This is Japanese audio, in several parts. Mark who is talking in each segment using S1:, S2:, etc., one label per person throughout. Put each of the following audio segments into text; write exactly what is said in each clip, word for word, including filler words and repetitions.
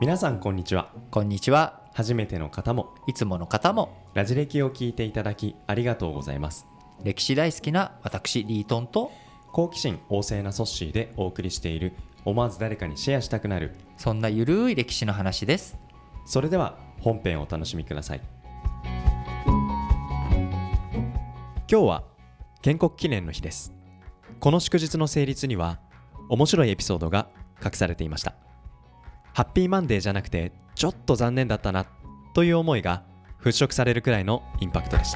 S1: 皆さんこんにちは。
S2: こんにちは。
S1: 初めての方も
S2: いつもの方も
S1: ラジ歴を聞いていただきありがとうございます。
S2: 歴史大好きな私リートンと
S1: 好奇心旺盛なソッシーでお送りしている思わず誰かにシェアしたくなる
S2: そんなゆるい歴史の話です。
S1: それでは本編をお楽しみください。今日は建国記念の日です。この祝日の成立には面白いエピソードが隠されていました。ハッピーマンデーじゃなくてちょっと残念だったなという思いが払拭されるくらいのインパクトでした。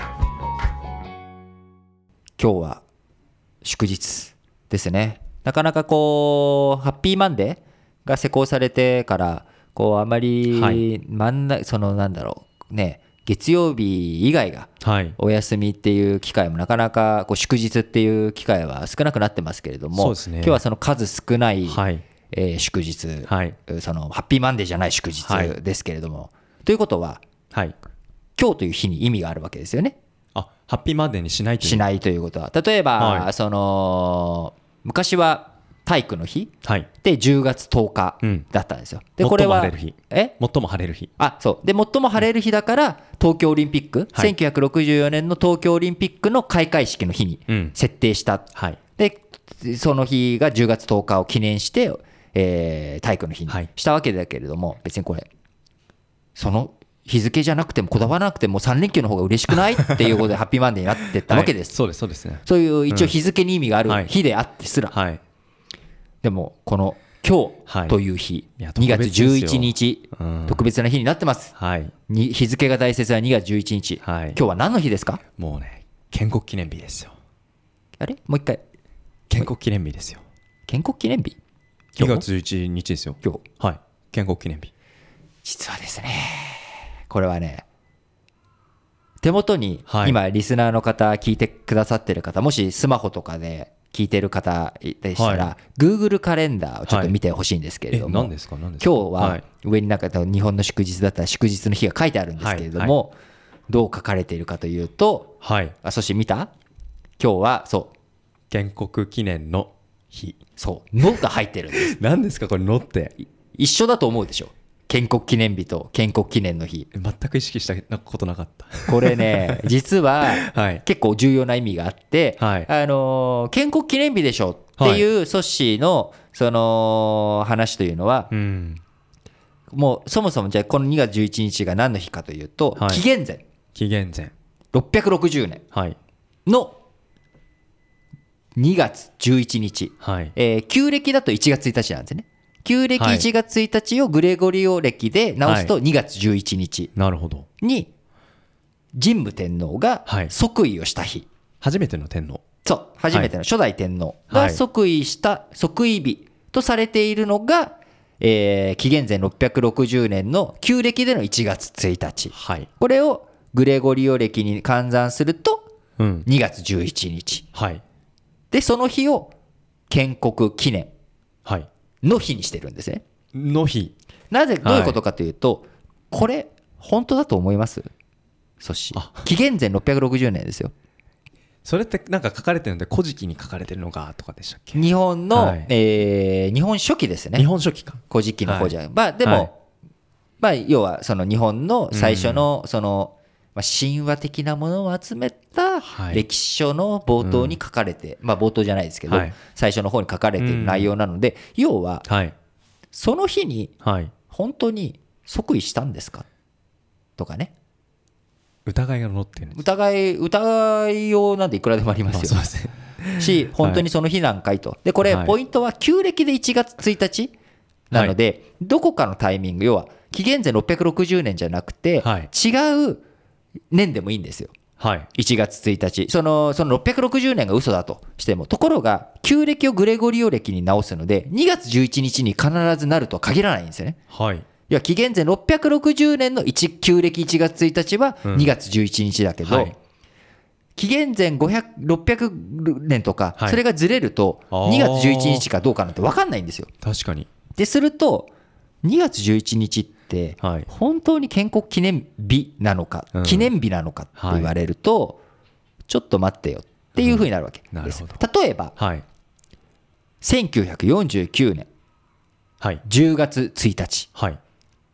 S2: 今日は祝日ですね。なかなかこうハッピーマンデーが施行されてからこうあまり真ん中、はい、そのなんだろうね、月曜日以外がお休みっていう機会もなかなかこう祝日っていう機会は少なくなってますけれども、
S1: そうですね、
S2: 今日はその数少ない、
S1: はい
S2: えー、祝日、
S1: はい、
S2: そのハッピーマンデーじゃない祝日ですけれども、はい、ということは、はい、今日という日に意味があるわけですよね。
S1: あ、ハッピーマンデーにしないという
S2: しないということは、例えば、はい、その昔は体育の日、はい、でじゅうがつとおかだったんですよ、うん、でこれは
S1: 最も晴れる日え最も晴れる日
S2: あそうで最も晴れる日だから東京オリンピック、はい、せんきゅうひゃくろくじゅうよねんの東京オリンピックの開会式の日に設定した、うんはい、でその日がじゅうがつとおかを記念して、えー、体育の日にしたわけだけれども、はい、別にこれその日付じゃなくてもこだわらなくてもさん連休の方が嬉しくないっていうことでハッピーマンデーになってったわけです、
S1: はい、そうですそうですね。
S2: そういう一応日付に意味がある日であってすら、はいはい、でもこの今日という日、はい、にがつじゅういちにち、うん、特別な日になってます、はい、に日付が大切なにがつじゅういちにち、はい、今日は何の日ですか？
S1: もうね、建国記念日ですよ。
S2: あれもう一回。
S1: 建国記念日ですよ。
S2: 建国記念日
S1: にがつじゅういちにちですよ。
S2: 今日、
S1: はい、建国記念日。
S2: 実はですね、これはね、手元に今リスナーの方聞いてくださってる方、もしスマホとかで聞いてる方でしたら、はい、Google カレンダーをちょっと見てほしいんですけれども、
S1: はい、何ですか何ですか？
S2: 今日は上になんか日本の祝日だったら祝日の日が書いてあるんですけれども、はいはい、どう書かれているかというと、はい、あ、そして見た？今日はそう
S1: 建国記念の日、
S2: そうのが入ってるんです。
S1: 何ですかこれのって
S2: 一緒だと思うでしょ。建国記念日と建国記念の日、
S1: 全く意識したことなかった。
S2: これね実は結構重要な意味があって、はい、あの建国記念日でしょっていうソッシーのその話というのは、うん、もうそもそもじゃあこのにがつじゅういちにちが何の日かというと、はい、紀元前
S1: 紀元前
S2: ろっぴゃくろくじゅうねんのにがつじゅういちにち、はいえー、旧暦だといちがつついたちなんですね。旧暦いちがつついたちをグレゴリオ暦で直すとにがつじゅういちにちに神武天皇が即位をした日、はい、
S1: 初めての天皇、
S2: そう初めての初代天皇が即位した即位日とされているのが、えー、紀元前ろっぴゃくろくじゅうねんの旧暦でのいちがつついたち、はい、これをグレゴリオ暦に換算するとにがつじゅういちにち、うんはい、でその日を建国記念、はいの日にしてるんですね。
S1: の日。
S2: なぜどういうことかというと、はい、これ本当だと思います？そし紀元前ろっぴゃくろくじゅうねんですよ。
S1: それってなんか書かれてるので古事記に書かれてるのかとかでしたっけ？
S2: 日本の、はいえー、日本書紀ですね。
S1: 日本書紀か。
S2: 古事記の方じゃ、はい、まあでも、はいまあ、要はその日本の最初のその、まあ、神話的なものを集めた歴史書の冒頭に書かれて、はいまあ冒頭じゃないですけど、はい、最初の方に書かれている内容なので、うん、要は、はい、その日に本当に即位したんですかとかね、
S1: 疑いが乗ってるんです。
S2: 疑い疑いようなんていくらでもありますよ、まあそうですね、し本当にその日なんかいと。でこれポイントは旧暦でいちがつついたちなので、はい、どこかのタイミング、要は紀元前ろっぴゃくろくじゅうねんじゃなくて、はい、違う年でもいいんですよ、はい、いちがつついたち、その、そのろっぴゃくろくじゅうねんが嘘だとしても、ところが旧暦をグレゴリオ暦に直すのでにがつじゅういちにちに必ずなるとは限らないんですよね、はい、いや紀元前ろっぴゃくろくじゅうねんの旧暦いちがつついたちはにがつじゅういちにちだけど、うんはい、紀元前ごひゃく、ろっぴゃくねんとか、はい、それがずれるとにがつじゅういちにちかどうかなんて分かんないんですよ。
S1: 確かに。
S2: でするとにがつじゅういちにちって本当に建国記念日なのか、はい、記念日なのかって言われると、はい、ちょっと待ってよっていうふうになるわけです、うん、例えば、はい、せんきゅうひゃくよんじゅうきゅうねん、はい、じゅうがつついたち、はい、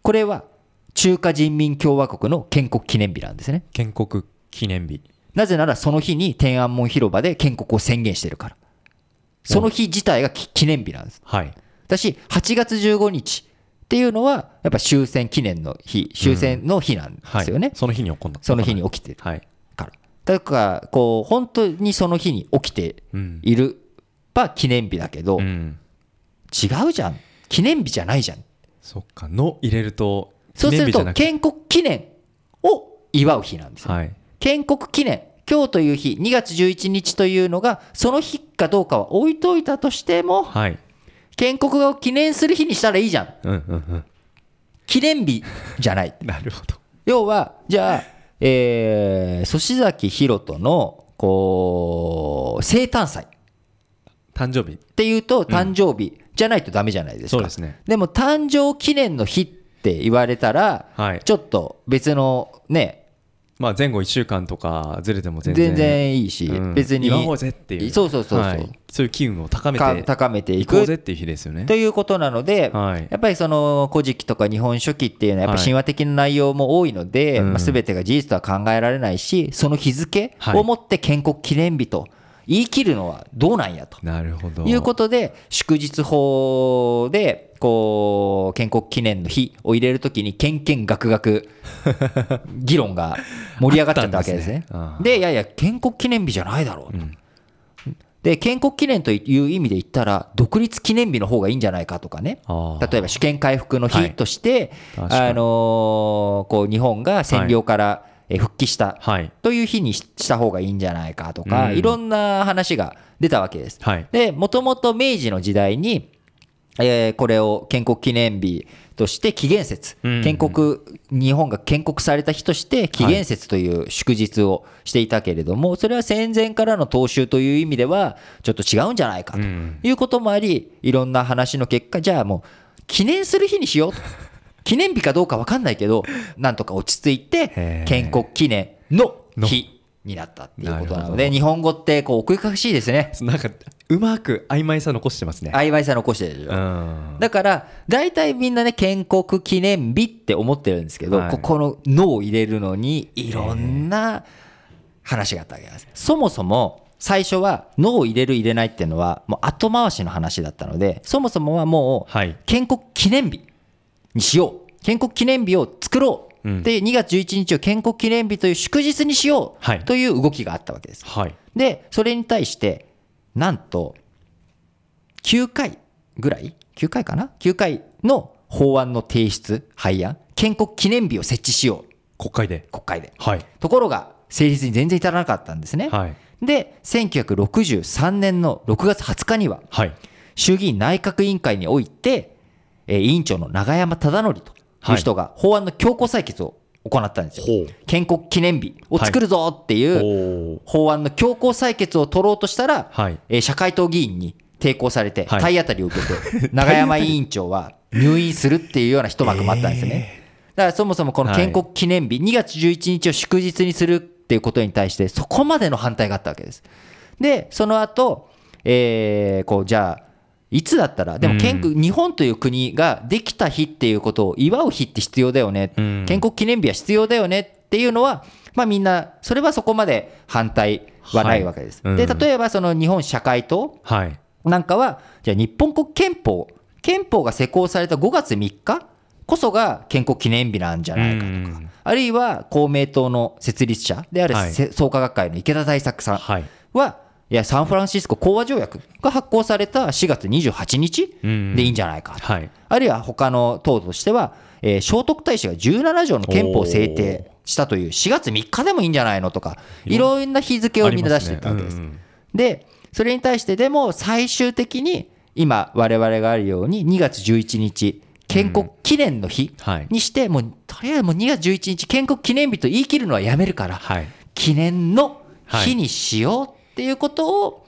S2: これは中華人民共和国の建国記念日なんですね。
S1: 建国記念日。
S2: なぜならその日に天安門広場で建国を宣言してるから。その日自体が記念日なんです。
S1: はい。
S2: だしはちがつじゅうごにちっていうのはやっぱ終戦記念の日、終戦の日なんですよね。
S1: うんはい、その日に起こった。
S2: その日に起きてるから。
S1: はい、
S2: だからこう本当にその日に起きているは記念日だけど、うん、違うじゃん。記念日じゃないじゃん。
S1: そっか。の入れると
S2: そうすると建国記念を祝う日なんですよ、はい、建国記念今日という日にがつじゅういちにちというのがその日かどうかは置いといたとしても、はい、建国を記念する日にしたらいいじゃん、うんうんうん、記念日じゃない
S1: なるほど。
S2: 要はじゃあ、えー、粗志崎弘人のこう生誕祭
S1: 誕生日
S2: っていうと誕生日じゃないとダメじゃないですか、うん、そうですね。でも誕生記念の日って言われたら、はい、ちょっと別のね、
S1: まあ前後いっしゅうかんとかずれても全然
S2: 全然いいし、うん、別に
S1: 祝おうぜっていう
S2: そうそうそうそう、
S1: はい、そういう機運を高めて
S2: 高めてい
S1: こうぜっていう日ですよね
S2: ということなので、はい、やっぱりその古事記とか日本書紀っていうのはやっぱ神話的な内容も多いので、はいまあ、全てが事実とは考えられないし、その日付をもって建国記念日と言い切るのはどうなんやということで、祝日法でこう建国記念の日を入れるときにけんけんがくがく議論が盛り上がっちゃったわけですね。でいやいや建国記念日じゃないだろうと、うん、で建国記念という意味で言ったら独立記念日の方がいいんじゃないかとかね、例えば主権回復の日として、はい、あのー、こう日本が占領から、はい復帰したという日にした方がいいんじゃないかとか、いろんな話が出たわけです。でもともと明治の時代に、えー、これを建国記念日として紀元節、建国日本が建国された日として紀元節という祝日をしていたけれども、それは戦前からの踏襲という意味ではちょっと違うんじゃないかということもあり、いろんな話の結果、じゃあもう記念する日にしようと記念日かどうか分かんないけどなんとか落ち着いて建国記念の日になったっていうことなので、日本語ってこう奥ゆかしいですね。
S1: なんかうまく曖昧さ残してますね。
S2: 曖昧さ残してるでしょ。だから大体みんなね建国記念日って思ってるんですけど、はい、ここの「の」を入れるのにいろんな話があったわけです。そもそも最初は「の」を入れる入れないっていうのはもう後回しの話だったので、そもそもはもう建国記念日にしよう、建国記念日を作ろう、うん、でにがつじゅういちにちを建国記念日という祝日にしよう、はい、という動きがあったわけです、はい、でそれに対してなんときゅうかいぐらいきゅうかいかなきゅうかいの法案の提出廃案、建国記念日を設置しよう、
S1: 国会で
S2: 国会で、
S1: はい、
S2: ところが成立に全然至らなかったんですね、はい、でせんきゅうひゃくろくじゅうさんねんのろくがつはつかには、はい、衆議院内閣委員会において委員長の永山忠則という人が法案の強行採決を行ったんですよ、はい、建国記念日を作るぞっていう法案の強行採決を取ろうとしたら、はい、社会党議員に抵抗されて体当たりを受けて永山委員長は入院するっていうような一幕もあったんですよね。だからそもそもこの建国記念日にがつじゅういちにちを祝日にするっていうことに対してそこまでの反対があったわけです。でその後、えー、こうじゃあいつだったらでも建国、うん、日本という国ができた日っていうことを祝う日って必要だよね、うん、建国記念日は必要だよねっていうのは、まあ、みんなそれはそこまで反対はないわけです、はいうん、で例えばその日本社会党なんかはじゃあ日本国憲法憲法が施行されたごがつみっかこそが建国記念日なんじゃないかとか、うん、あるいは公明党の設立者である、はい、創価学会の池田大作さんは、はいいやサンフランシスコ講和条約が発効されたしがつにじゅうはちにちでいいんじゃないかと、はい、あるいは他の党としては、えー、聖徳太子がじゅうななじょうの憲法を制定したというしがつみっかでもいいんじゃないのとかいろんな日付をみんな出していったわけです、ねうん、でそれに対してでも最終的に今我々があるようににがつじゅういちにち建国記念の日にしてもうとりあえずもうにがつじゅういちにち建国記念日と言い切るのはやめるから、はい、記念の日にしようっていうことを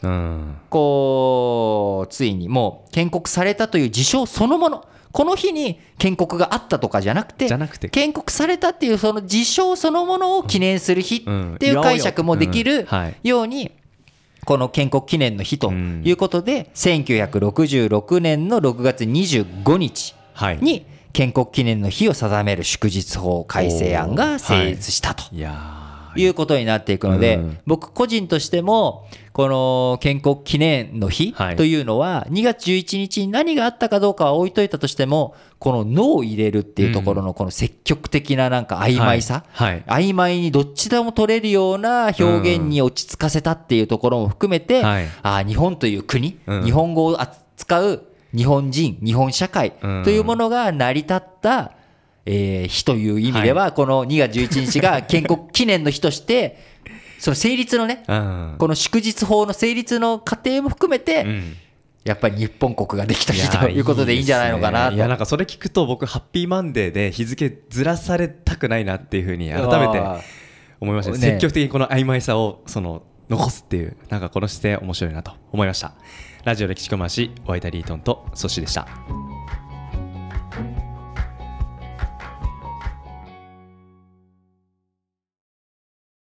S2: こうついにもう建国されたという事象そのもの、この日に建国があったとかじゃなくて建国されたっていうその事象そのものを記念する日っていう解釈もできるようにこの建国記念の日ということでせんきゅうひゃくろくじゅうろくねんのろくがつにじゅうごにちに建国記念の日を定める祝日法改正案が成立したと、
S1: いや
S2: いうことになっていくので、
S1: うん、
S2: 僕個人としてもこの建国記念の日というのはにがつじゅういちにちに何があったかどうかは置いといたとしても、この「の」を入れるっていうところのこの積極的ななんか曖昧さ、
S1: はいはい、
S2: 曖昧にどっちでも取れるような表現に落ち着かせたっていうところも含めて、
S1: はい、
S2: あ日本という国、
S1: うん、
S2: 日本語を扱う日本人、日本社会というものが成り立ったえー、日という意味では、このにがつじゅういちにちが建国記念の日としてその成立のね、この祝日法の成立の過程も含めて、やっぱり日本国ができた日ということでいいんじゃないのかなと。
S1: いやなんかそれ聞くと僕ハッピーマンデーで日付ずらされたくないなっていうふうに改めて思いましたね。積極的にこの曖昧さをその残すっていう、なんかこの姿勢面白いなと思いました。ラジオ歴史小回し、お相手リートンとソシでした。